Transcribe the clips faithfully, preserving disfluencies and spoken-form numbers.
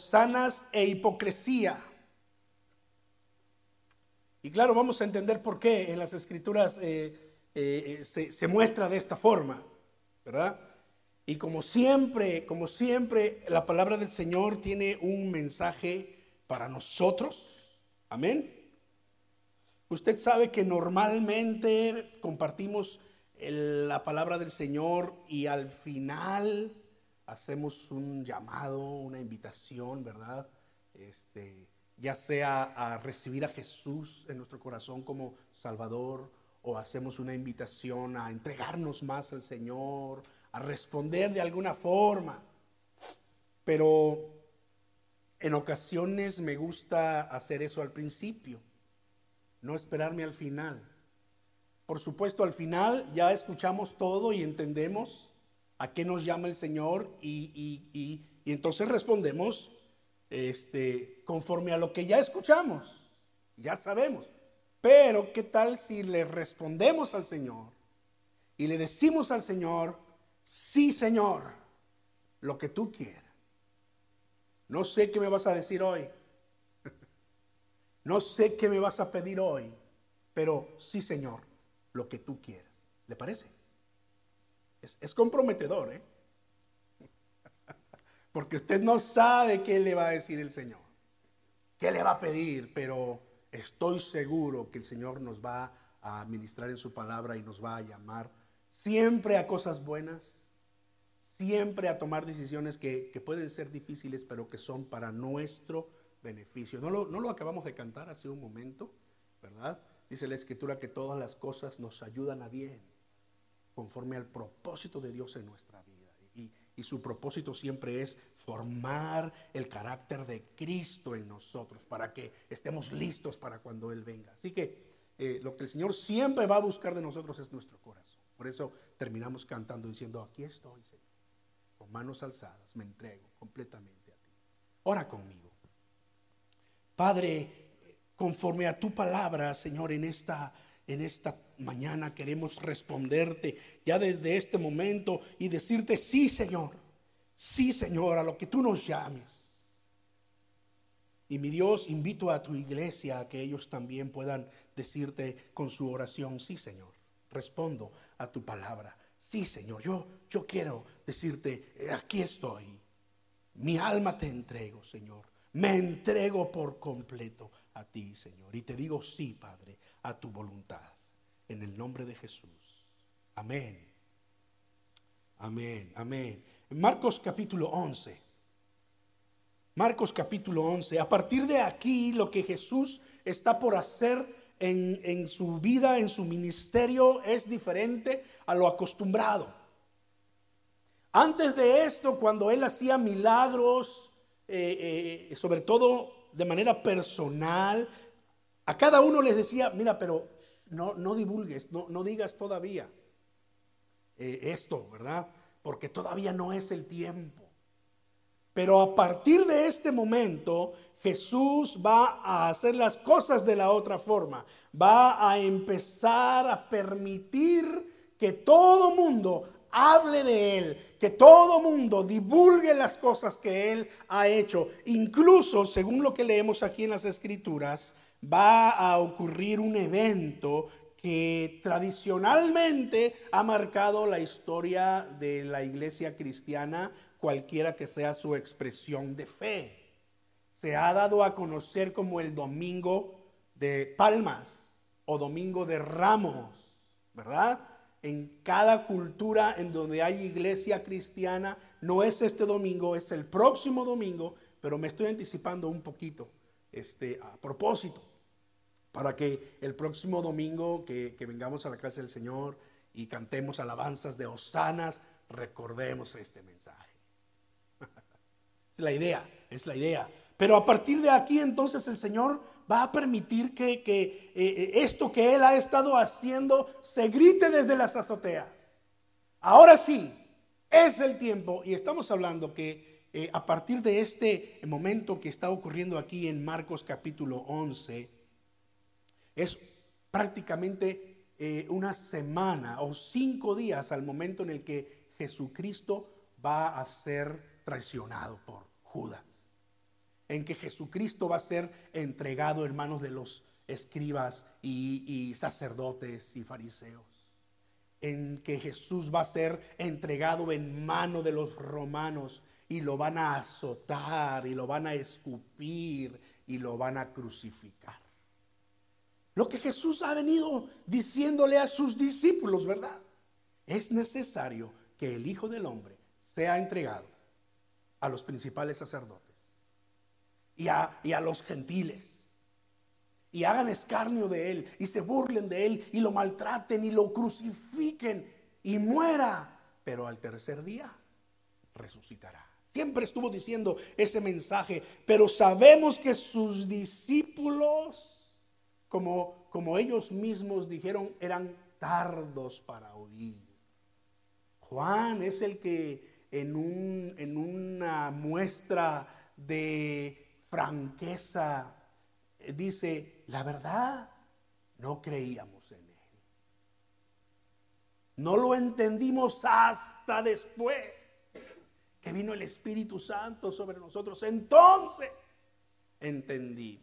hosanas e hipocresía. Y claro, vamos a entender por qué en las escrituras eh, eh, se, se muestra de esta forma, ¿verdad? Y como siempre, como siempre, la palabra del Señor tiene un mensaje para nosotros. Amén. Usted sabe que normalmente compartimos el, la palabra del Señor y al final hacemos un llamado, una invitación, ¿verdad? Este, ya sea a recibir a Jesús en nuestro corazón como Salvador, o hacemos una invitación a entregarnos más al Señor, a responder de alguna forma. Pero en ocasiones me gusta hacer eso al principio, no esperarme al final. Por supuesto, al final ya escuchamos todo y entendemos a qué nos llama el Señor y, y, y, y entonces respondemos este, conforme a lo que ya escuchamos, ya sabemos. Pero ¿qué tal si le respondemos al Señor y le decimos al Señor: sí, Señor, lo que tú quieras? No sé qué me vas a decir hoy, no sé qué me vas a pedir hoy, pero sí, Señor, lo que tú quieras. ¿Le parece? Es, es comprometedor, ¿eh? Porque usted no sabe qué le va a decir el Señor, qué le va a pedir, pero estoy seguro que el Señor nos va a ministrar en su palabra y nos va a llamar siempre a cosas buenas, siempre a tomar decisiones que, que pueden ser difíciles, pero que son para nuestro beneficio. ¿No lo, no lo acabamos de cantar hace un momento, verdad? Dice la Escritura que todas las cosas nos ayudan a bien, conforme al propósito de Dios en nuestra vida. Y, y su propósito siempre es formar el carácter de Cristo en nosotros, para que estemos listos para cuando Él venga. Así que eh, lo que el Señor siempre va a buscar de nosotros es nuestro corazón. Por eso terminamos cantando diciendo: aquí estoy, Señor, con manos alzadas, me entrego completamente a ti. Ora conmigo. Padre, conforme a tu palabra, Señor, en esta, en esta mañana queremos responderte ya desde este momento y decirte: sí, Señor, sí, Señor, a lo que tú nos llames. Y mi Dios, invito a tu iglesia a que ellos también puedan decirte con su oración: sí, Señor, respondo a tu palabra. Sí, Señor, yo, yo quiero decirte: aquí estoy, mi alma te entrego, Señor, me entrego por completo a ti, Señor, y te digo sí, Padre, a tu voluntad, en el nombre de Jesús. Amén. Amén, amén. En Marcos capítulo once. Marcos capítulo once. A partir de aquí, lo que Jesús está por hacer en, en su vida, en su ministerio, es diferente a lo acostumbrado. Antes de esto, cuando Él hacía milagros, eh, eh, sobre todo de manera personal, a cada uno les decía: mira, pero no, no divulgues, no, no digas todavía eh, esto, ¿verdad? Porque todavía no es el tiempo. Pero a partir de este momento, Jesús va a hacer las cosas de la otra forma. Va a empezar a permitir que todo mundo hable de Él, que todo mundo divulgue las cosas que Él ha hecho. Incluso, según lo que leemos aquí en las Escrituras, va a ocurrir un evento que tradicionalmente ha marcado la historia de la iglesia cristiana, cualquiera que sea su expresión de fe. Se ha dado a conocer como el Domingo de Palmas o Domingo de Ramos, ¿verdad? En cada cultura en donde hay iglesia cristiana, no es este domingo, es el próximo domingo, pero me estoy anticipando un poquito este, a propósito, para que el próximo domingo que, que vengamos a la casa del Señor y cantemos alabanzas de hosanas, recordemos este mensaje. Es la idea, es la idea. Pero a partir de aquí entonces el Señor va a permitir que, que eh, esto que Él ha estado haciendo se grite desde las azoteas. Ahora sí, es el tiempo, y estamos hablando que eh, a partir de este momento que está ocurriendo aquí en Marcos capítulo once, es prácticamente eh, una semana o cinco días al momento en el que Jesucristo va a ser traicionado por Judas. en que Jesucristo va a ser entregado en manos de los escribas y, y sacerdotes y fariseos, en que Jesús va a ser entregado en mano de los romanos y lo van a azotar y lo van a escupir y lo van a crucificar. Lo que Jesús ha venido diciéndole a sus discípulos, ¿verdad? Es necesario que el Hijo del Hombre sea entregado a los principales sacerdotes y a, y a los gentiles, y hagan escarnio de él y se burlen de él y lo maltraten y lo crucifiquen y muera, pero al tercer día resucitará. Siempre estuvo diciendo ese mensaje, pero sabemos que sus discípulos, como, como ellos mismos dijeron, eran tardos para oír. Juan es el que en, un, en una muestra de franqueza dice: la verdad, no creíamos en él, no lo entendimos hasta después que vino el Espíritu Santo sobre nosotros, entonces entendimos.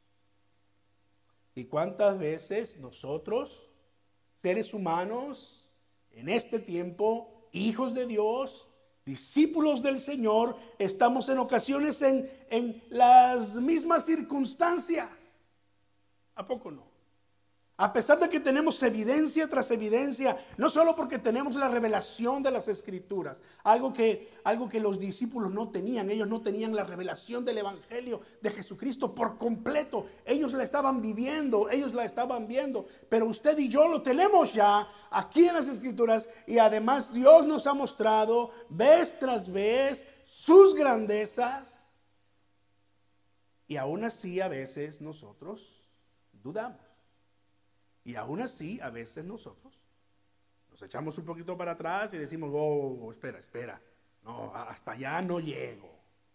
¿Y cuántas veces nosotros, seres humanos, en este tiempo, hijos de Dios, discípulos del Señor, estamos en ocasiones en, en las mismas circunstancias? ¿A poco no? A pesar de que tenemos evidencia tras evidencia, no solo porque tenemos la revelación de las Escrituras, algo que, algo que los discípulos no tenían. Ellos no tenían la revelación del Evangelio de Jesucristo por completo. Ellos la estaban viviendo, ellos la estaban viendo, pero usted y yo lo tenemos ya aquí en las Escrituras, y además Dios nos ha mostrado vez tras vez sus grandezas, y aún así a veces nosotros dudamos. Y aún así, a veces nosotros nos echamos un poquito para atrás y decimos: oh, espera, espera, no, hasta allá no llego.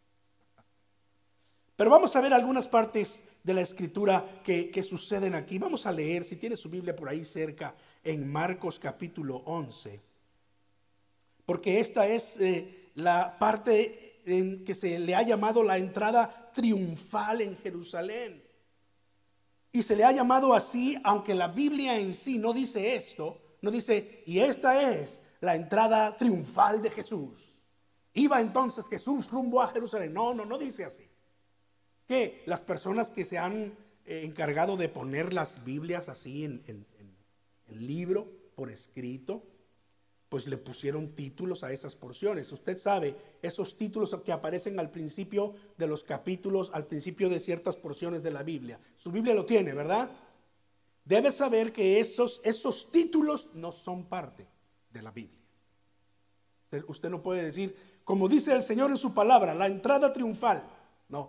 Pero vamos a ver algunas partes de la Escritura que, que suceden aquí. Vamos a leer, si tiene su Biblia por ahí cerca, en Marcos capítulo once. Porque esta es eh, la parte en que se le ha llamado la entrada triunfal en Jerusalén. Y se le ha llamado así, aunque la Biblia en sí no dice esto, no dice: y esta es la entrada triunfal de Jesús. Iba entonces Jesús rumbo a Jerusalén. No, no, no dice así. Es que las personas que se han eh, encargado de poner las Biblias así en, en, en, en libro, por escrito, pues le pusieron títulos a esas porciones. Usted sabe, esos títulos que aparecen al principio de los capítulos, al principio de ciertas porciones de la Biblia. Su Biblia lo tiene, ¿verdad? Debe saber que esos, esos títulos no son parte de la Biblia. Usted no puede decir, como dice el Señor en su palabra, la entrada triunfal. No,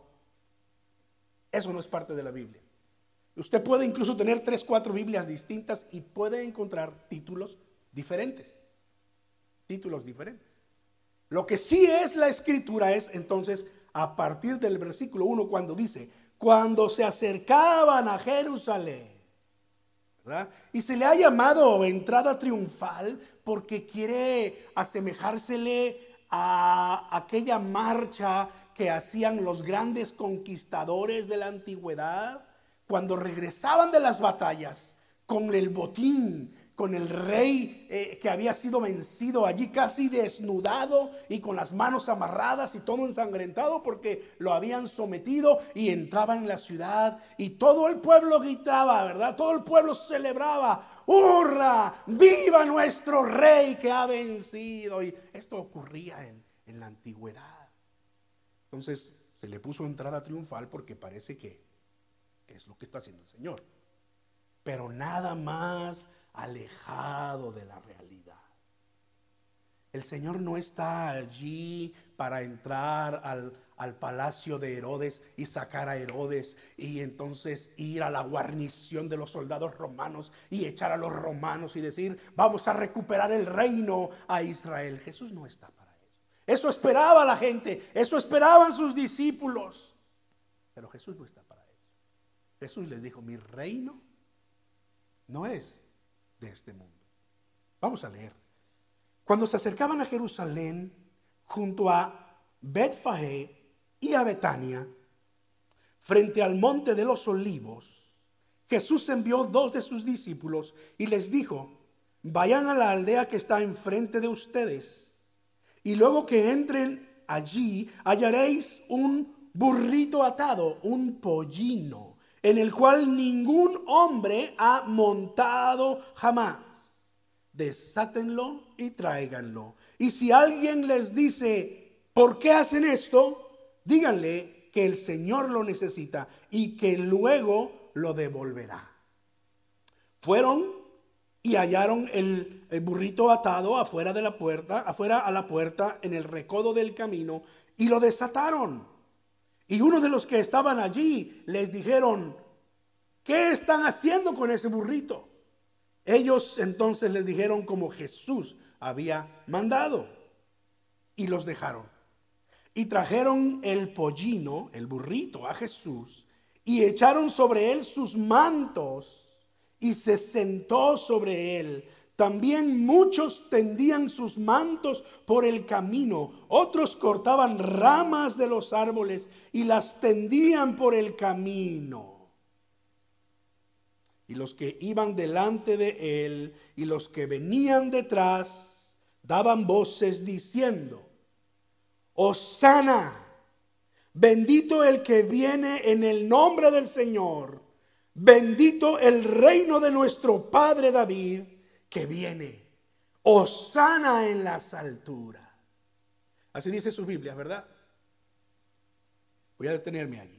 eso no es parte de la Biblia. Usted puede incluso tener tres, cuatro Biblias distintas y puede encontrar títulos diferentes. Títulos diferentes. Lo que sí es la Escritura es entonces a partir del versículo uno, cuando dice: cuando se acercaban a Jerusalén, ¿verdad? Y se le ha llamado entrada triunfal porque quiere asemejársele a aquella marcha que hacían los grandes conquistadores de la antigüedad cuando regresaban de las batallas con el botín, con el rey eh, que había sido vencido allí casi desnudado y con las manos amarradas y todo ensangrentado porque lo habían sometido, y entraba en la ciudad y todo el pueblo gritaba, ¿verdad? Todo el pueblo celebraba: ¡hurra! ¡Viva nuestro rey que ha vencido! Y esto ocurría en, en la antigüedad. Entonces se le puso entrada triunfal porque parece que, que es lo que está haciendo el Señor, pero nada más alejado de la realidad. El Señor no está allí para entrar al, al palacio de Herodes y sacar a Herodes y entonces ir a la guarnición de los soldados romanos y echar a los romanos y decir: vamos a recuperar el reino a Israel. Jesús no está para eso. Eso esperaba la gente, eso esperaban sus discípulos, pero Jesús no está para eso. Jesús les dijo: mi reino no es de este mundo. Vamos a leer. Cuando se acercaban a Jerusalén, junto a Betfagé y a Betania, frente al monte de los olivos, Jesús envió dos de sus discípulos y les dijo: vayan a la aldea que está enfrente de ustedes, y luego que entren allí hallaréis un burrito atado, un pollino, en el cual ningún hombre ha montado jamás. Desátenlo y tráiganlo. Y si alguien les dice: ¿por qué hacen esto?, díganle que el Señor lo necesita y que luego lo devolverá. Fueron y hallaron el, el burrito atado afuera de la puerta, afuera a la puerta, en el recodo del camino, y lo desataron. Y uno de los que estaban allí les dijeron: ¿qué están haciendo con ese burrito? Ellos entonces les dijeron como Jesús había mandado, y los dejaron. Y trajeron el pollino, el burrito, a Jesús, y echaron sobre él sus mantos, y se sentó sobre él. También muchos tendían sus mantos por el camino, otros cortaban ramas de los árboles y las tendían por el camino. Y los que iban delante de él y los que venían detrás daban voces diciendo: Hosana, bendito el que viene en el nombre del Señor, bendito el reino de nuestro padre David que viene, Hosana en las alturas. Así dice su Biblia, ¿verdad? Voy a detenerme allí.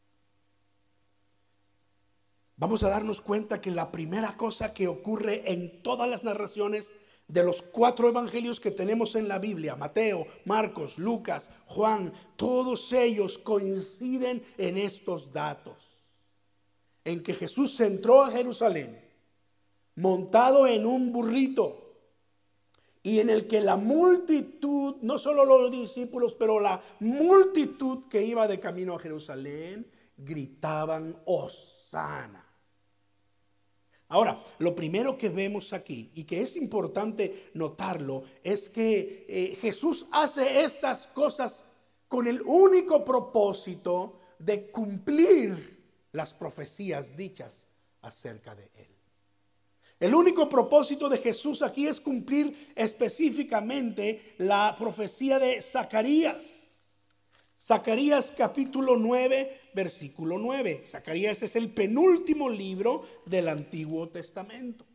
Vamos a darnos cuenta que la primera cosa que ocurre en todas las narraciones de los cuatro evangelios que tenemos en la Biblia, Mateo, Marcos, Lucas, Juan, todos ellos coinciden en estos datos, en que Jesús entró a Jerusalén montado en un burrito, y en el que la multitud, no solo los discípulos, pero la multitud que iba de camino a Jerusalén, gritaban Hosana. Ahora, lo primero que vemos aquí, y que es importante notarlo, es que eh, Jesús hace estas cosas con el único propósito de cumplir las profecías dichas acerca de él. El único propósito de Jesús aquí es cumplir específicamente la profecía de Zacarías. Zacarías capítulo nueve, versículo nueve. Zacarías es el penúltimo libro del Antiguo Testamento.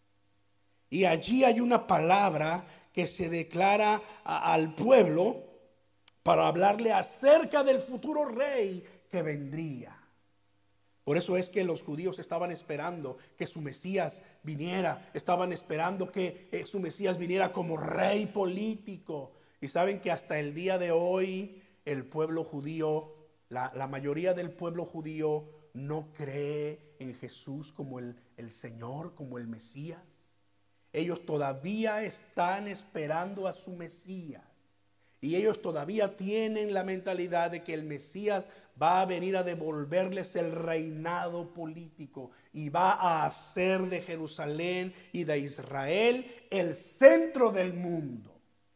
Y allí hay una palabra que se declara a, al pueblo para hablarle acerca del futuro rey que vendría. Por eso es que los judíos estaban esperando que su Mesías viniera, estaban esperando que eh, su Mesías viniera como rey político. Y saben que hasta el día de hoy el pueblo judío, la, la mayoría del pueblo judío no cree en Jesús como el, el Señor, como el Mesías. Ellos todavía están esperando a su Mesías. Y ellos todavía tienen la mentalidad de que el Mesías va a venir a devolverles el reinado político y va a hacer de Jerusalén y de Israel el centro del mundo.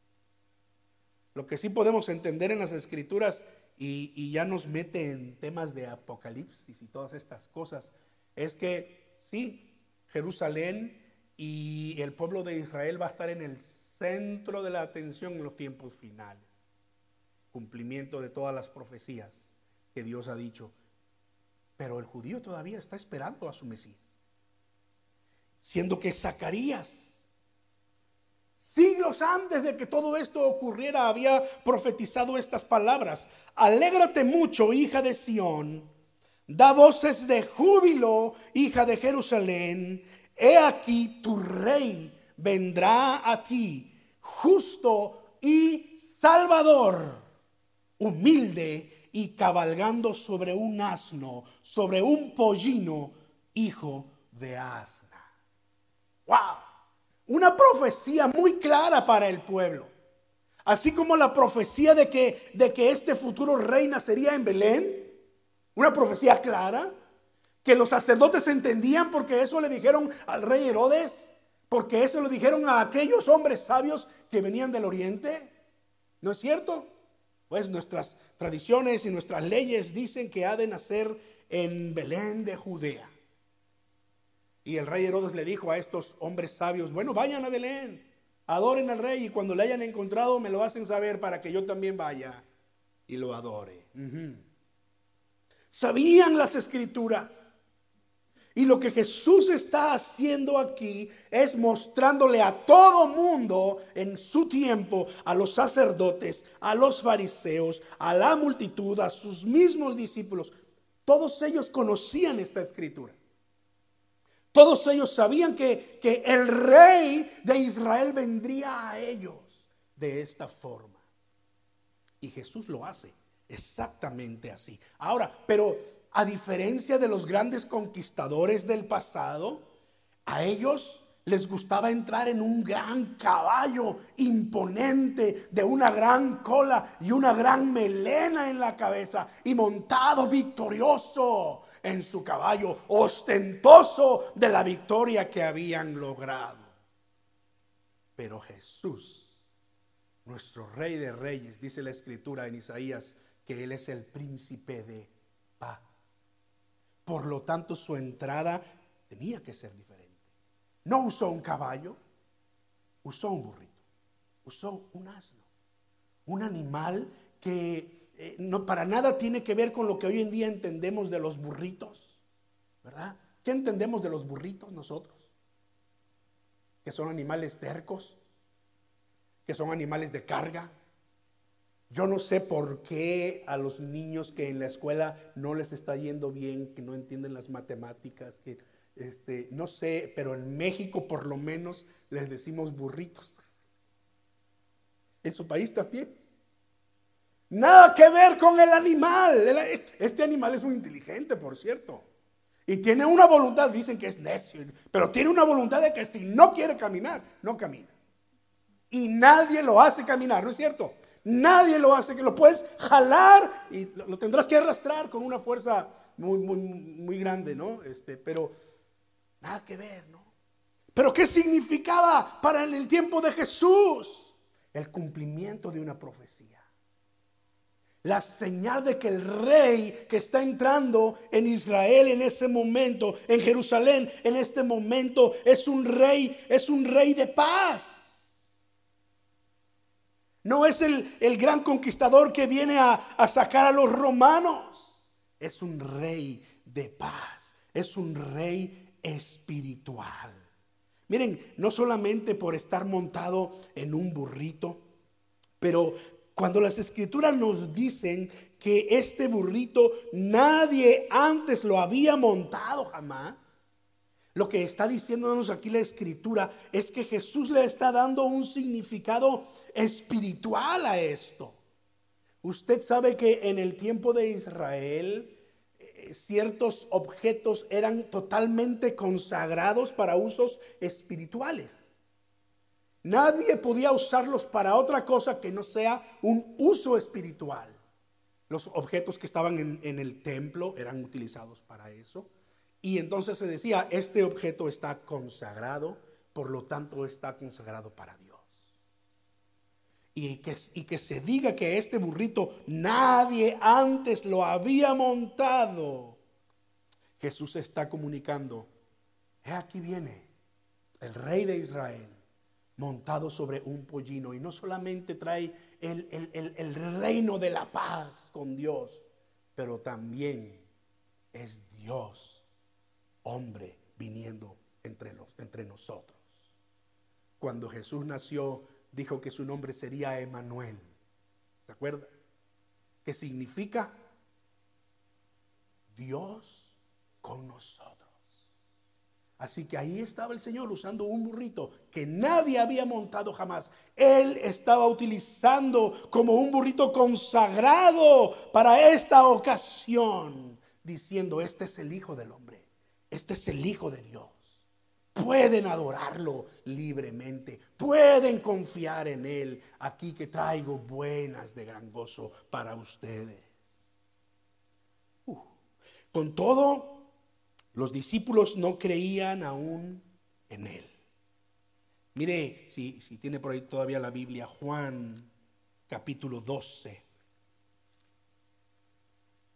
Lo que sí podemos entender en las Escrituras, y, y ya nos mete en temas de Apocalipsis y todas estas cosas, es que sí, Jerusalén y el pueblo de Israel va a estar en el centro de la atención en los tiempos finales. Cumplimiento de todas las profecías que Dios ha dicho. Pero el judío todavía está esperando a su Mesías. Siendo que Zacarías, siglos antes de que todo esto ocurriera, había profetizado estas palabras: alégrate mucho, hija de Sión, da voces de júbilo, hija de Jerusalén. He aquí tu rey vendrá a ti, justo y salvador, humilde y cabalgando sobre un asno, sobre un pollino, hijo de asna. ¡Wow! Una profecía muy clara para el pueblo. Así como la profecía de que, de que este futuro rey nacería en Belén. Una profecía clara que los sacerdotes entendían, porque eso le dijeron al rey Herodes, porque eso le dijeron a aquellos hombres sabios que venían del oriente. ¿No es cierto? Pues nuestras tradiciones y nuestras leyes dicen que ha de nacer en Belén de Judea. Y el rey Herodes le dijo a estos hombres sabios: bueno, vayan a Belén, adoren al rey, y cuando le hayan encontrado me lo hacen saber para que yo también vaya y lo adore. Uh-huh. Sabían las escrituras. Y lo que Jesús está haciendo aquí es mostrándole a todo mundo en su tiempo, a los sacerdotes, a los fariseos, a la multitud, a sus mismos discípulos. Todos ellos conocían esta escritura. Todos ellos sabían que, que el rey de Israel vendría a ellos de esta forma. Y Jesús lo hace exactamente así. Ahora, pero a diferencia de los grandes conquistadores del pasado, a ellos les gustaba entrar en un gran caballo imponente, de una gran cola y una gran melena en la cabeza, y montado victorioso en su caballo, ostentoso de la victoria que habían logrado. Pero Jesús, nuestro Rey de Reyes, dice la Escritura en Isaías que Él es el príncipe de paz. Por lo tanto, su entrada tenía que ser diferente. No usó un caballo, usó un burrito, usó un asno, un animal que eh, no para nada tiene que ver con lo que hoy en día entendemos de los burritos, ¿verdad? ¿Qué entendemos de los burritos nosotros? Que son animales tercos, que son animales de carga. Yo no sé por qué a los niños que en la escuela no les está yendo bien, que no entienden las matemáticas, que este, no sé, pero en México por lo menos les decimos burritos. En su país también. Nada que ver con el animal. Este animal es muy inteligente, por cierto. Y tiene una voluntad, dicen que es necio, pero tiene una voluntad de que si no quiere caminar, no camina. Y nadie lo hace caminar, ¿no es cierto? Nadie lo hace, que lo puedes jalar y lo, lo tendrás que arrastrar con una fuerza muy, muy, muy grande, ¿no? Este, pero nada que ver, ¿no? Pero ¿qué significaba para el tiempo de Jesús? El cumplimiento de una profecía. La señal de que el rey que está entrando en Israel en ese momento, en Jerusalén en este momento, es un rey, es un rey de paz. No es el, el gran conquistador que viene a, a sacar a los romanos. Es un rey de paz. Es un rey espiritual. Miren, no solamente por estar montado en un burrito, pero cuando las escrituras nos dicen que este burrito nadie antes lo había montado jamás, lo que está diciéndonos aquí la escritura es que Jesús le está dando un significado espiritual a esto. Usted sabe que en el tiempo de Israel eh, ciertos objetos eran totalmente consagrados para usos espirituales. Nadie podía usarlos para otra cosa que no sea un uso espiritual. Los objetos que estaban en, en el templo eran utilizados para eso. Y entonces se decía, este objeto está consagrado, por lo tanto está consagrado para Dios. Y que, y que se diga que este burrito nadie antes lo había montado. Jesús está comunicando, he aquí viene el rey de Israel montado sobre un pollino. Y no solamente trae el, el, el, el reino de la paz con Dios, pero también es Dios hombre viniendo entre, los, entre nosotros. Cuando Jesús nació, dijo que su nombre sería Emanuel. ¿Se acuerdan? ¿Qué significa? Dios con nosotros. Así que ahí estaba el Señor usando un burrito que nadie había montado jamás. Él estaba utilizando como un burrito consagrado para esta ocasión, diciendo, este es el Hijo del Hombre. Este es el Hijo de Dios. Pueden adorarlo libremente. Pueden confiar en Él. Aquí que traigo buenas de gran gozo para ustedes. Uh. Con todo, los discípulos no creían aún en Él. Mire, si, si tiene por ahí todavía la Biblia, Juan capítulo doce.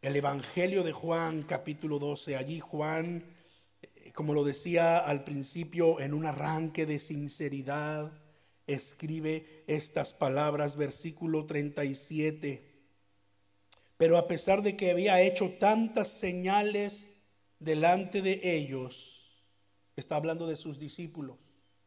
el Evangelio de Juan, capítulo doce. Allí Juan, como lo decía al principio, en un arranque de sinceridad, escribe estas palabras, versículo treinta y siete. Pero a pesar de que había hecho tantas señales delante de ellos, está hablando de sus discípulos.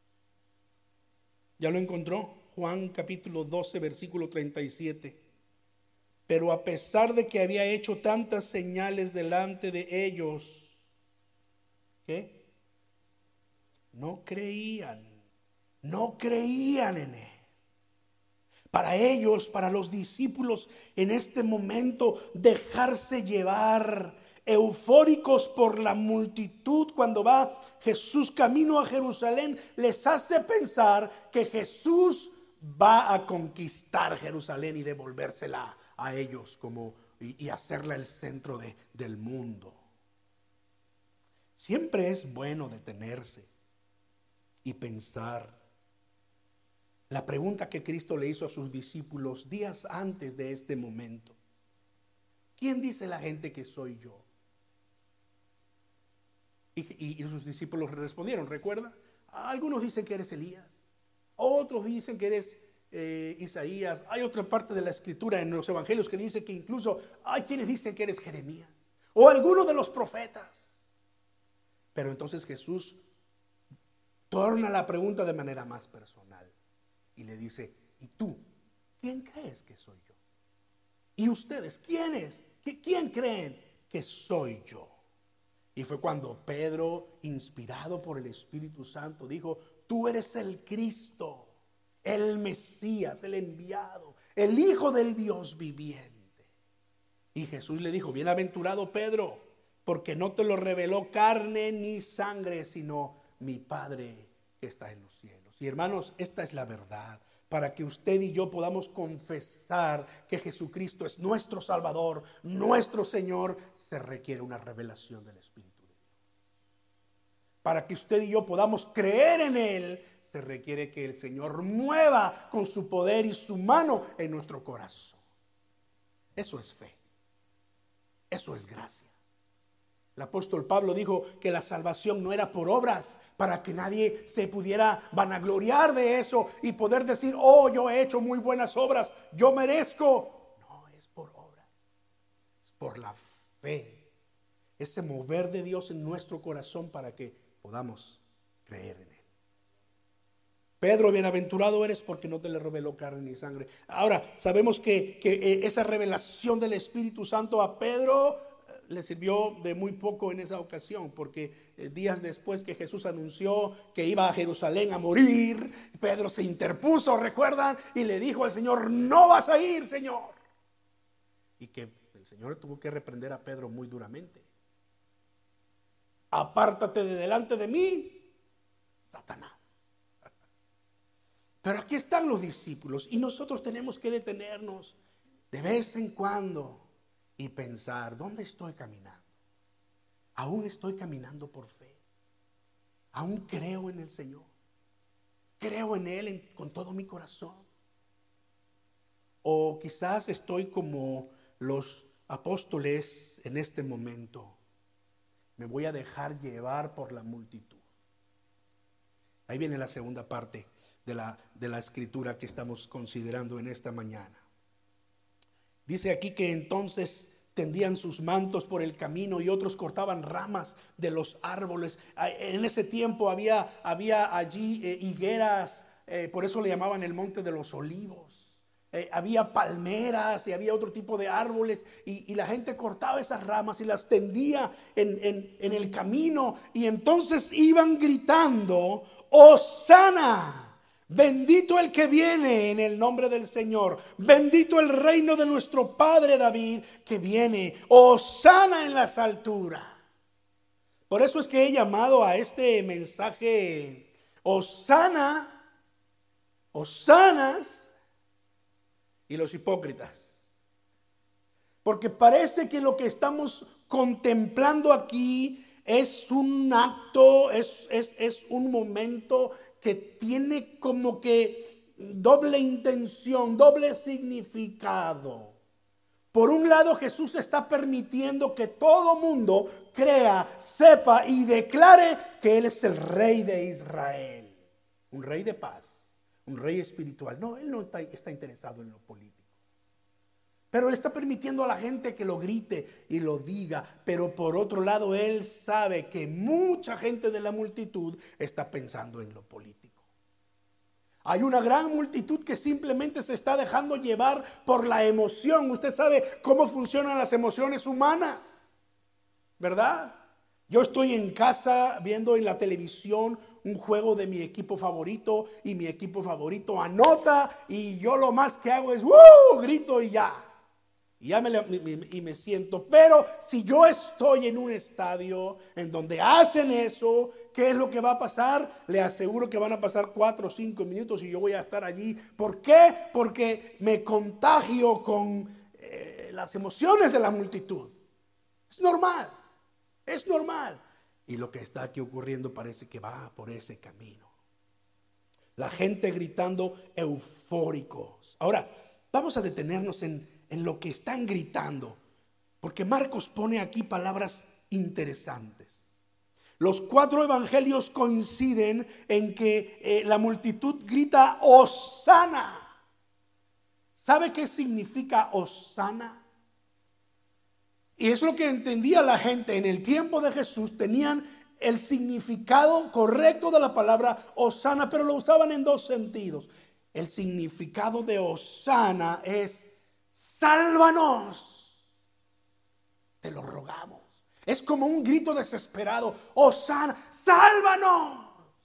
¿Ya lo encontró? Juan capítulo doce, versículo treinta y siete. Pero a pesar de que había hecho tantas señales delante de ellos, ¿qué? No creían, no creían en él. Para ellos, para los discípulos, en este momento, dejarse llevar, eufóricos por la multitud cuando va Jesús camino a Jerusalén, les hace pensar que Jesús va a conquistar Jerusalén y devolvérsela a ellos como, y, y hacerla el centro de, del mundo. Siempre es bueno detenerse y pensar. La pregunta que Cristo le hizo a sus discípulos días antes de este momento: ¿quién dice la gente que soy yo? Y, y, y sus discípulos respondieron, ¿recuerda? Algunos dicen que eres Elías, otros dicen que eres eh, Isaías. Hay otra parte de la escritura en los evangelios que dice que incluso hay quienes dicen que eres Jeremías o alguno de los profetas. Pero entonces Jesús torna la pregunta de manera más personal y le dice: ¿y tú quién crees que soy yo? ¿Y ustedes quiénes? ¿Quién creen que soy yo? Y fue cuando Pedro, inspirado por el Espíritu Santo, dijo: tú eres el Cristo, el Mesías, el enviado, el Hijo del Dios viviente. Y Jesús le dijo: bienaventurado Pedro, porque no te lo reveló carne ni sangre, sino mi Padre que está en los cielos. Y hermanos, esta es la verdad. Para que usted y yo podamos confesar que Jesucristo es nuestro Salvador, nuestro Señor, se requiere una revelación del Espíritu de Dios. Para que usted y yo podamos creer en Él, se requiere que el Señor mueva con su poder y su mano en nuestro corazón. Eso es fe. Eso es gracia. El apóstol Pablo dijo que la salvación no era por obras, para que nadie se pudiera vanagloriar de eso y poder decir: oh, yo he hecho muy buenas obras, yo merezco. No, es por obras, es por la fe, ese mover de Dios en nuestro corazón para que podamos creer en Él. Pedro, bienaventurado eres porque no te le reveló carne ni sangre. Ahora, sabemos que, que esa revelación del Espíritu Santo a Pedro le sirvió de muy poco en esa ocasión, porque eh, días después que Jesús anunció que iba a Jerusalén a morir, Pedro se interpuso, ¿recuerdan? Y le dijo al Señor: no vas a ir, Señor. Y que el Señor tuvo que reprender a Pedro muy duramente: apártate de delante de mí, Satanás. Pero aquí están los discípulos y nosotros tenemos que detenernos de vez en cuando y pensar: ¿dónde estoy caminando? ¿Aún estoy caminando por fe? ¿Aún creo en el Señor? ¿Creo en Él en, con todo mi corazón? O quizás estoy como los apóstoles en este momento: me voy a dejar llevar por la multitud. Ahí viene la segunda parte de la, de la escritura que estamos considerando en esta mañana. Dice aquí que entonces tendían sus mantos por el camino y otros cortaban ramas de los árboles. En ese tiempo había, había allí eh, higueras, eh, por eso le llamaban el monte de los olivos. Eh, había palmeras y había otro tipo de árboles y, y la gente cortaba esas ramas y las tendía en, en, en el camino, y entonces iban gritando: ¡Hosana! Bendito el que viene en el nombre del Señor, bendito el reino de nuestro Padre David que viene, hosana en las alturas. Por eso es que he llamado a este mensaje hosana, hosanas y los hipócritas. Porque parece que lo que estamos contemplando aquí es un acto, es, es, es un momento que tiene como que doble intención, doble significado. Por un lado, Jesús está permitiendo que todo mundo crea, sepa y declare que Él es el Rey de Israel. Un rey de paz, un rey espiritual. No, Él no está, está interesado en lo político. Pero Él está permitiendo a la gente que lo grite y lo diga. Pero por otro lado, Él sabe que mucha gente de la multitud está pensando en lo político. Hay una gran multitud que simplemente se está dejando llevar por la emoción. Usted sabe cómo funcionan las emociones humanas, ¿verdad? Yo estoy en casa viendo en la televisión un juego de mi equipo favorito y mi equipo favorito anota y yo lo más que hago es ¡uh! Grito y ya. Y ya me, y me siento. Pero si yo estoy en un estadio en donde hacen eso, ¿qué es lo que va a pasar? Le aseguro que van a pasar cuatro o cinco minutos y yo voy a estar allí. ¿Por qué? Porque me contagio con eh, las emociones de la multitud. Es normal, es normal. Y lo que está aquí ocurriendo parece que va por ese camino. La gente gritando eufóricos. Ahora, vamos a detenernos en en lo que están gritando, porque Marcos pone aquí palabras interesantes. Los cuatro evangelios coinciden en que eh, la multitud grita Hosana. ¿Sabe qué significa Hosana? Y es lo que entendía la gente en el tiempo de Jesús. Tenían el significado correcto de la palabra Hosana, pero lo usaban en dos sentidos. El significado de Hosana es sálvanos, te lo rogamos. Es como un grito desesperado. Hosana, sálvanos.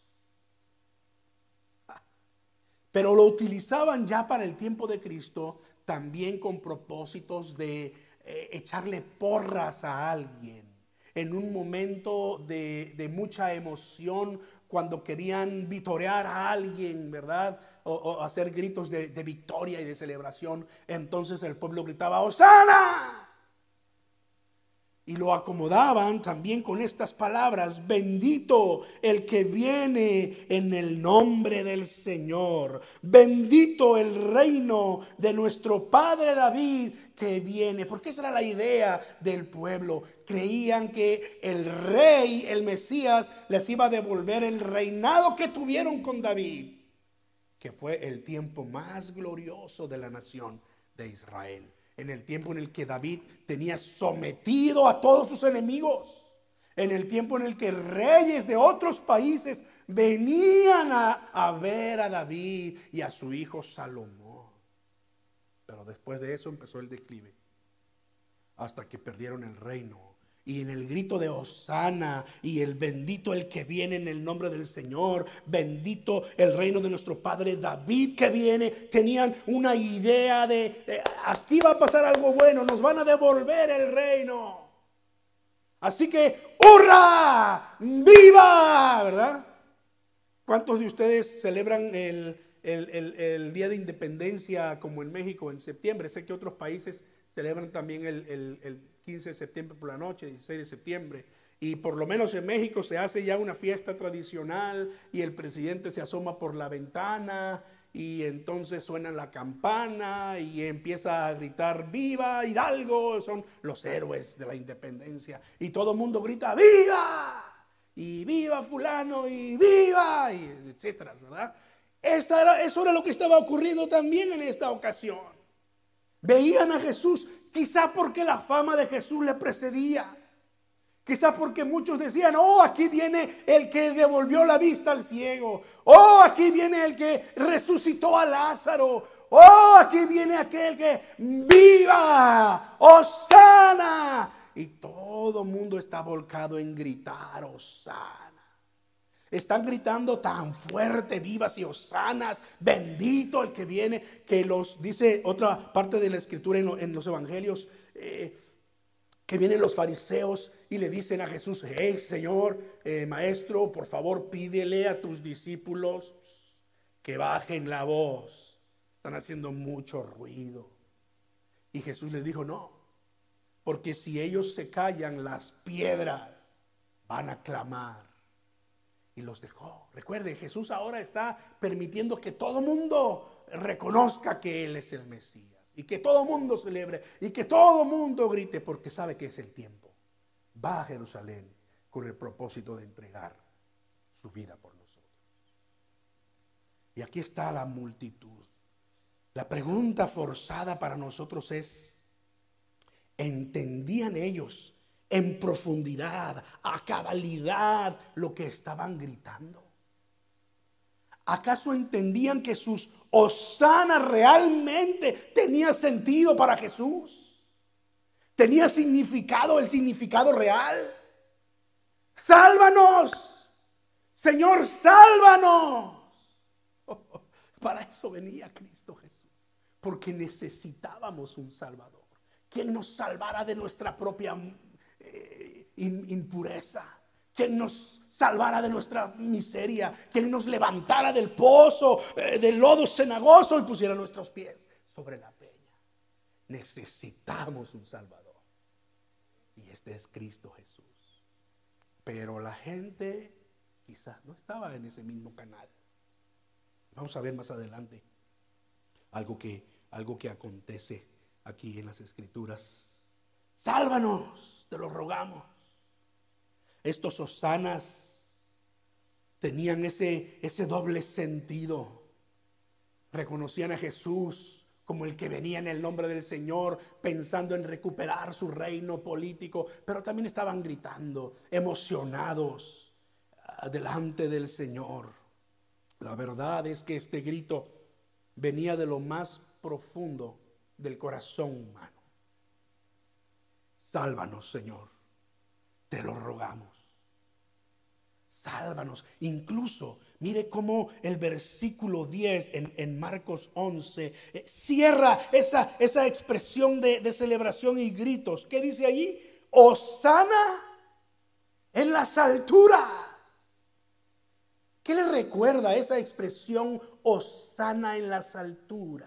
Pero lo utilizaban ya para el tiempo de Cristo, también con propósitos de eh, echarle porras a alguien en un momento de, de mucha emoción, cuando querían vitorear a alguien, ¿verdad? O, o hacer gritos de, de victoria y de celebración. Entonces el pueblo gritaba ¡Hosana! Y lo acomodaban también con estas palabras: bendito el que viene en el nombre del Señor, bendito el reino de nuestro padre David que viene. Porque esa era la idea del pueblo. Creían que el rey, el Mesías, les iba a devolver el reinado que tuvieron con David, que fue el tiempo más glorioso de la nación de Israel. En el tiempo en el que David tenía sometido a todos sus enemigos. En el tiempo en el que reyes de otros países venían a, a ver a David y a su hijo Salomón. Pero después de eso empezó el declive, hasta que perdieron el reino. Y en el grito de Hosana y el bendito el que viene en el nombre del Señor, bendito el reino de nuestro padre David que viene, tenían una idea de, de aquí va a pasar algo bueno, nos van a devolver el reino. Así que ¡hurra! ¡Viva! ¿Verdad? ¿Cuántos de ustedes celebran el, el, el, el Día de Independencia como en México en septiembre? Sé que otros países celebran también el, el, el quince de septiembre por la noche, dieciséis de septiembre. Y por lo menos en México se hace ya una fiesta tradicional y el presidente se asoma por la ventana y entonces suena la campana y empieza a gritar ¡viva Hidalgo! Son los héroes de la independencia y todo el mundo grita ¡viva! Y ¡viva fulano! Y ¡viva! Y etcétera, ¿verdad? Esa era, eso era lo que estaba ocurriendo también en esta ocasión. Veían a Jesús, quizá porque la fama de Jesús le precedía. Quizá porque muchos decían, oh, aquí viene el que devolvió la vista al ciego. Oh, aquí viene el que resucitó a Lázaro. Oh, aquí viene aquel que viva, Hosana. Y todo el mundo está volcado en gritar Hosana. Están gritando tan fuerte, vivas y hosanas, bendito el que viene, que los, dice otra parte de la escritura en, lo, en los evangelios, eh, que vienen los fariseos y le dicen a Jesús, hey Señor, eh, maestro, por favor pídele a tus discípulos que bajen la voz, están haciendo mucho ruido. Y Jesús les dijo, no, porque si ellos se callan, las piedras van a clamar. Y los dejó. Recuerden, Jesús ahora está permitiendo que todo mundo reconozca que Él es el Mesías. y que todo mundo celebre y que todo mundo grite, porque sabe que es el tiempo. Va a Jerusalén con el propósito de entregar su vida por nosotros. Y aquí está la multitud. La pregunta forzada para nosotros es: ¿entendían ellos en profundidad, a cabalidad, lo que estaban gritando? ¿Acaso entendían que sus hosanas realmente tenía sentido para Jesús? ¿Tenía significado, el significado real? ¡Sálvanos! Señor, sálvanos. Oh, oh, para eso venía Cristo Jesús, porque necesitábamos un Salvador, quien nos salvara de nuestra propia eh, impureza, quien nos salvara de nuestra miseria, quien nos levantara del pozo, eh, del lodo cenagoso, y pusiera nuestros pies sobre la peña. Necesitamos un Salvador, y este es Cristo Jesús. Pero la gente quizás no estaba en ese mismo canal. Vamos a ver más adelante algo que, algo que acontece aquí en las Escrituras. Sálvanos, te lo rogamos. Estos hosanas tenían ese, ese doble sentido. Reconocían a Jesús como el que venía en el nombre del Señor, pensando en recuperar su reino político, pero también estaban gritando, emocionados delante del Señor. La verdad es que este grito venía de lo más profundo del corazón humano. Sálvanos, Señor, te lo rogamos. Sálvanos. Incluso, mire cómo el versículo diez en, en Marcos once eh, cierra esa, esa expresión de, de celebración y gritos. ¿Qué dice allí? Hosana en las alturas. ¿Qué le recuerda esa expresión hosana en las alturas?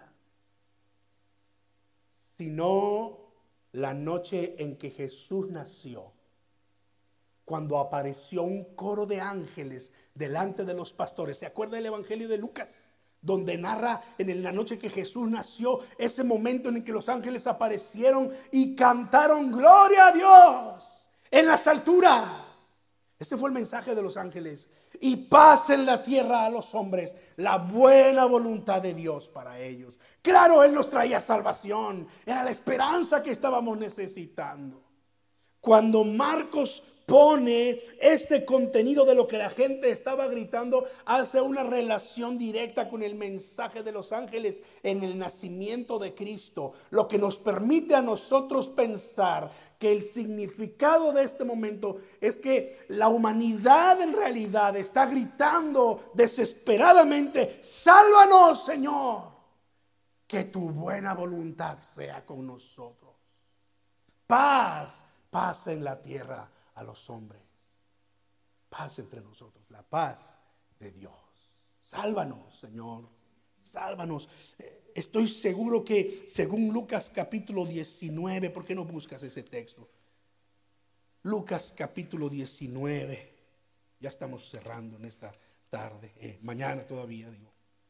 Sino la noche en que Jesús nació, cuando apareció un coro de ángeles delante de los pastores. ¿Se acuerda del Evangelio de Lucas? Donde narra en la noche que Jesús nació, ese momento en el que los ángeles aparecieron y cantaron gloria a Dios en las alturas. Ese fue el mensaje de los ángeles. Y paz en la tierra a los hombres, la buena voluntad de Dios para ellos. Claro, Él nos traía salvación. Era la esperanza que estábamos necesitando. Cuando Marcos pone este contenido de lo que la gente estaba gritando, hace una relación directa con el mensaje de los ángeles en el nacimiento de Cristo, lo que nos permite a nosotros pensar que el significado de este momento es que la humanidad en realidad está gritando desesperadamente: sálvanos, Señor, que tu buena voluntad sea con nosotros. Paz, paz en la tierra a los hombres, paz entre nosotros, la paz de Dios. Sálvanos, Señor, sálvanos. Estoy seguro que según Lucas capítulo diecinueve, ¿por qué no buscas ese texto? Lucas capítulo diecinueve, ya estamos cerrando en esta tarde, eh, mañana todavía digo.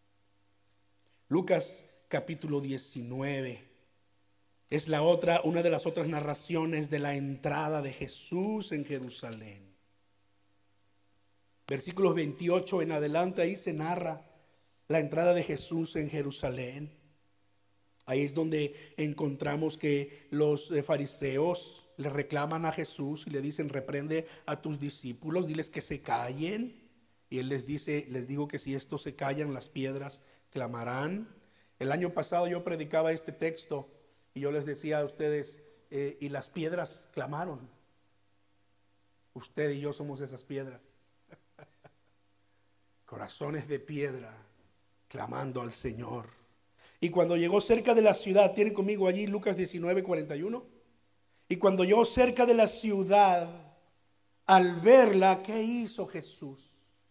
Lucas capítulo diecinueve. Es la otra, una de las otras narraciones de la entrada de Jesús en Jerusalén. Versículos veintiocho en adelante, ahí se narra la entrada de Jesús en Jerusalén. Ahí es donde encontramos que los fariseos le reclaman a Jesús y le dicen: reprende a tus discípulos, diles que se callen. Y él les dice, les digo que si estos se callan, las piedras clamarán. El año pasado yo predicaba este texto y yo les decía a ustedes, eh, y las piedras clamaron. Usted y yo somos esas piedras. Corazones de piedra clamando al Señor. Y cuando llegó cerca de la ciudad, tienen conmigo allí Lucas diecinueve, cuarenta y uno. Y cuando llegó cerca de la ciudad, al verla, ¿qué hizo Jesús?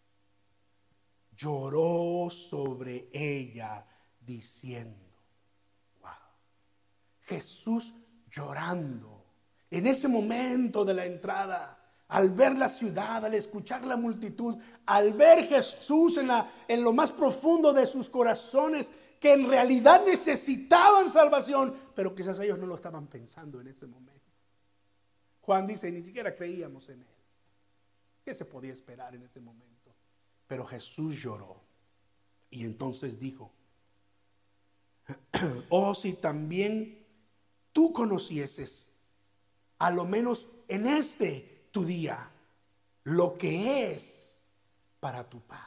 Lloró sobre ella diciendo. Jesús llorando en ese momento de la entrada, al ver la ciudad, al escuchar la multitud, al ver Jesús en, la, en lo más profundo de sus corazones, que en realidad necesitaban salvación, pero quizás ellos no lo estaban pensando en ese momento. Juan dice, ni siquiera creíamos en él. ¿Qué se podía esperar en ese momento? Pero Jesús lloró y entonces dijo, oh, si también tú conocieses, a lo menos en este tu día, lo que es para tu paz.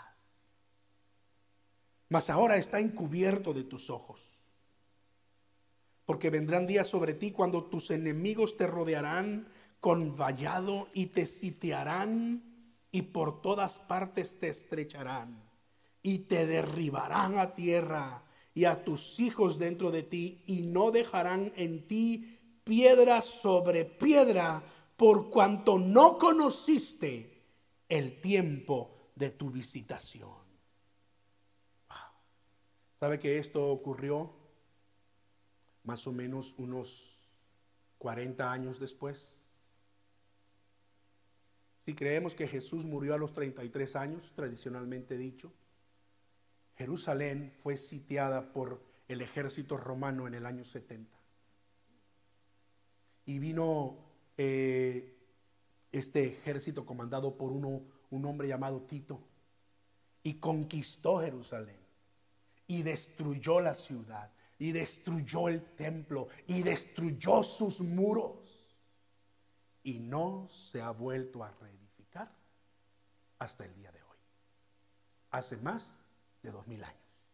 Mas ahora está encubierto de tus ojos, porque vendrán días sobre ti cuando tus enemigos te rodearán con vallado y te sitiarán y por todas partes te estrecharán y te derribarán a tierra y a tus hijos dentro de ti, y no dejarán en ti piedra sobre piedra, por cuanto no conociste el tiempo de tu visitación. Wow. ¿Sabe que esto ocurrió más o menos unos cuarenta años después? Si creemos que Jesús murió a los treinta y tres años, tradicionalmente dicho, Jerusalén fue sitiada por el ejército romano en el año setenta. Y vino eh, este ejército comandado por uno, un hombre llamado Tito, y conquistó Jerusalén y destruyó la ciudad y destruyó el templo y destruyó sus muros, y no se ha vuelto a reedificar hasta el día de hoy, hace más de dos mil años.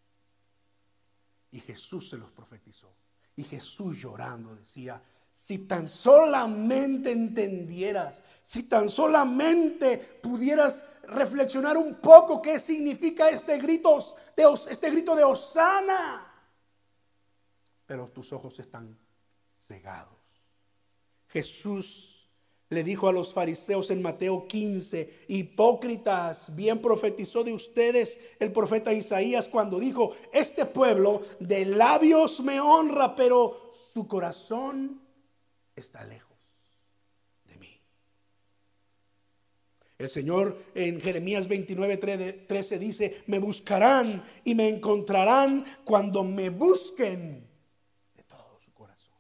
Y Jesús se los profetizó, y Jesús llorando decía, si tan solamente entendieras, si tan solamente pudieras reflexionar un poco qué significa este grito de, este grito de Hosana, pero tus ojos están cegados. Jesús le dijo a los fariseos en Mateo quince, hipócritas, bien profetizó de ustedes el profeta Isaías cuando dijo, este pueblo de labios me honra, pero su corazón está lejos de mí. El Señor en Jeremías veintinueve trece dice, me buscarán y me encontrarán cuando me busquen de todo su corazón.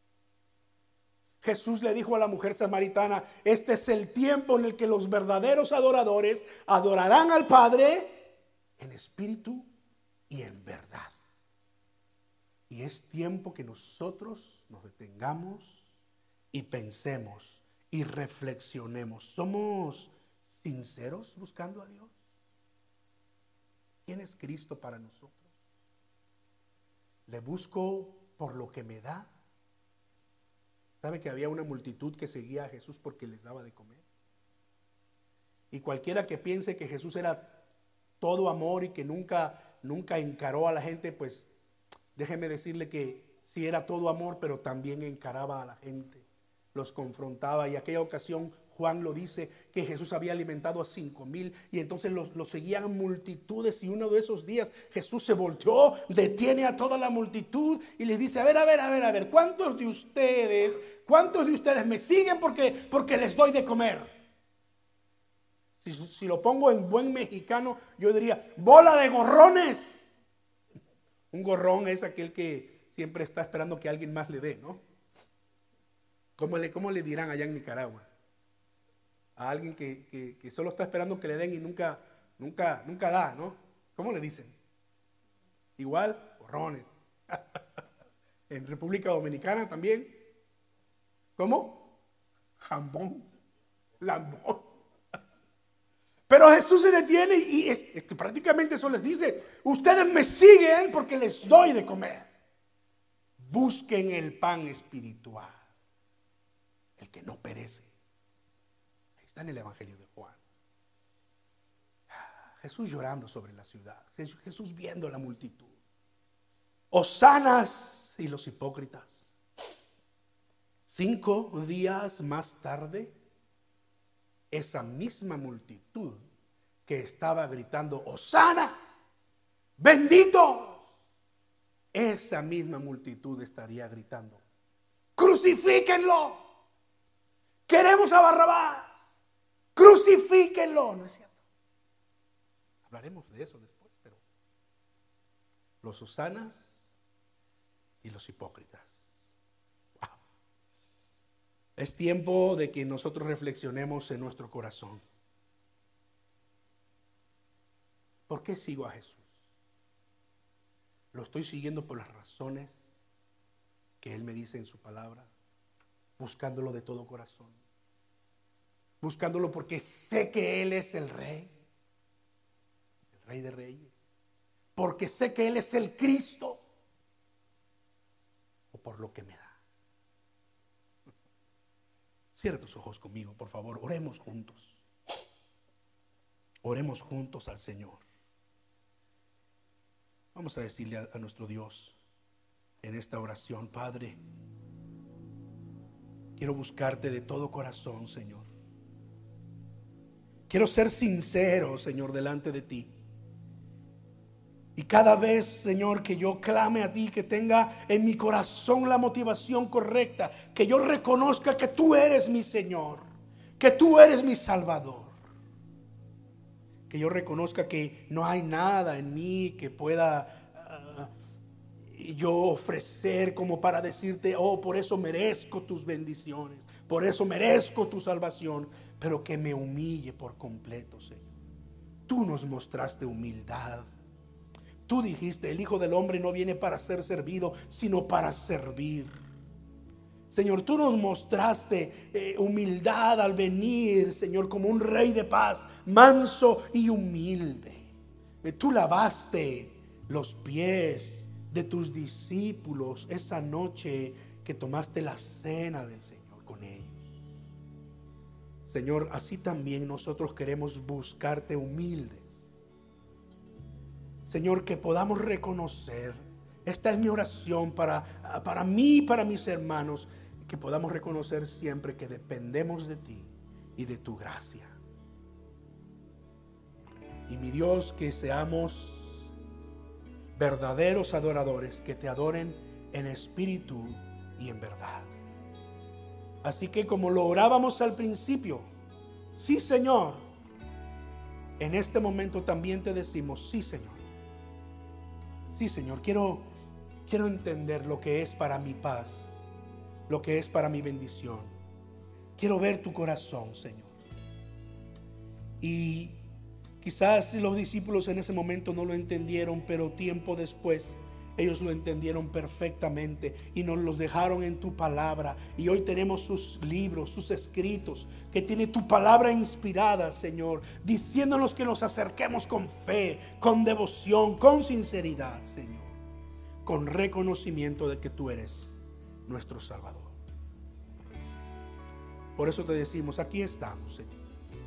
Jesús le dijo a la mujer samaritana, este es el tiempo en el que los verdaderos adoradores adorarán al Padre en espíritu y en verdad. Y es tiempo que nosotros nos detengamos y pensemos y reflexionemos. ¿Somos sinceros buscando a Dios? ¿Quién es Cristo para nosotros? ¿Le busco por lo que me da? ¿Sabe que había una multitud que seguía a Jesús porque les daba de comer? Y cualquiera que piense que Jesús era todo amor y que nunca, nunca encaró a la gente, pues déjeme decirle que sí era todo amor, pero también encaraba a la gente, los confrontaba. Y aquella ocasión Juan lo dice, que Jesús había alimentado a cinco mil y entonces los, los seguían multitudes, y uno de esos días Jesús se volteó, detiene a toda la multitud y les dice, a ver, a ver, a ver, a ver, ¿cuántos de ustedes, cuántos de ustedes me siguen porque, porque les doy de comer? Si, si lo pongo en buen mexicano, yo diría, bola de gorrones. Un gorrón es aquel que siempre está esperando que alguien más le dé, ¿no? ¿Cómo le, cómo le dirán allá en Nicaragua? A alguien que, que, que solo está esperando que le den y nunca, nunca, nunca da, ¿no? ¿Cómo le dicen? Igual, gorrones. En República Dominicana también. ¿Cómo? Jambón, lambón. Pero Jesús se detiene y es, es que prácticamente eso les dice, ustedes me siguen porque les doy de comer. Busquen el pan espiritual, el que no perece. Ahí está en el Evangelio de Juan. Jesús llorando sobre la ciudad, Jesús viendo la multitud. Hosanas y los hipócritas. Cinco días más tarde, esa misma multitud que estaba gritando hosanas, benditos, esa misma multitud estaría gritando, crucifíquenlo, queremos a Barrabás, crucifíquenlo. No es cierto. Hablaremos de eso después, pero los hosanas y los hipócritas. Wow. Es tiempo de que nosotros reflexionemos en nuestro corazón. ¿Por qué sigo a Jesús? ¿Lo estoy siguiendo por las razones que Él me dice en su palabra? Buscándolo de todo corazón. Buscándolo porque sé que Él es el Rey. El Rey de Reyes. Porque sé que Él es el Cristo. O por lo que me da. Cierra tus ojos conmigo, por favor. Oremos juntos. Oremos juntos al Señor. Vamos a decirle a, a nuestro Dios en esta oración: Padre, quiero buscarte de todo corazón, Señor. Quiero ser sincero, Señor, delante de ti. Y cada vez, Señor, que yo clame a ti, que tenga en mi corazón la motivación correcta, que yo reconozca que tú eres mi Señor, que tú eres mi Salvador. Que yo reconozca que no hay nada en mí que pueda uh, yo ofrecer como para decirte: oh, por eso merezco tus bendiciones, por eso merezco tu salvación. Pero que me humille por completo, Señor. Tú nos mostraste humildad. Tú dijiste: el Hijo del Hombre no viene para ser servido, sino para servir. Señor, tú nos mostraste eh, humildad al venir, Señor, como un rey de paz, manso y humilde. Eh, tú lavaste los pies de tus discípulos esa noche que tomaste la cena del Señor con ellos. Señor, así también nosotros queremos buscarte humildes. Señor, que podamos reconocer, esta es mi oración para, para mí y para mis hermanos, que podamos reconocer siempre que dependemos de ti y de tu gracia. Y mi Dios, que seamos verdaderos adoradores, que te adoren en espíritu y en verdad. Así que como lo orábamos al principio, sí, Señor, en este momento también te decimos: sí, Señor. Sí, Señor, quiero, quiero entender lo que es para mi paz, lo que es para mi bendición. Quiero ver tu corazón, Señor. Y quizás los discípulos en ese momento no lo entendieron, pero tiempo después ellos lo entendieron perfectamente y nos los dejaron en tu palabra. Y hoy tenemos sus libros, sus escritos, que tiene tu palabra inspirada, Señor, diciéndonos que nos acerquemos con fe, con devoción, con sinceridad, Señor, con reconocimiento de que tú eres nuestro Salvador. Por eso te decimos: aquí estamos, Señor.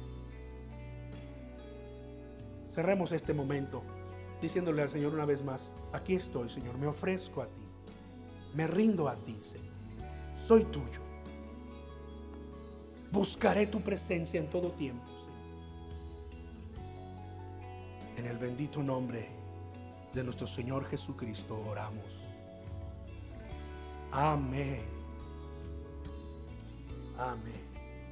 Cerremos este momento diciéndole al Señor una vez más: aquí estoy, Señor, me ofrezco a ti, me rindo a ti, Señor, soy tuyo. Buscaré tu presencia en todo tiempo, Señor. En el bendito nombre de nuestro Señor Jesucristo oramos. Amén. Amén.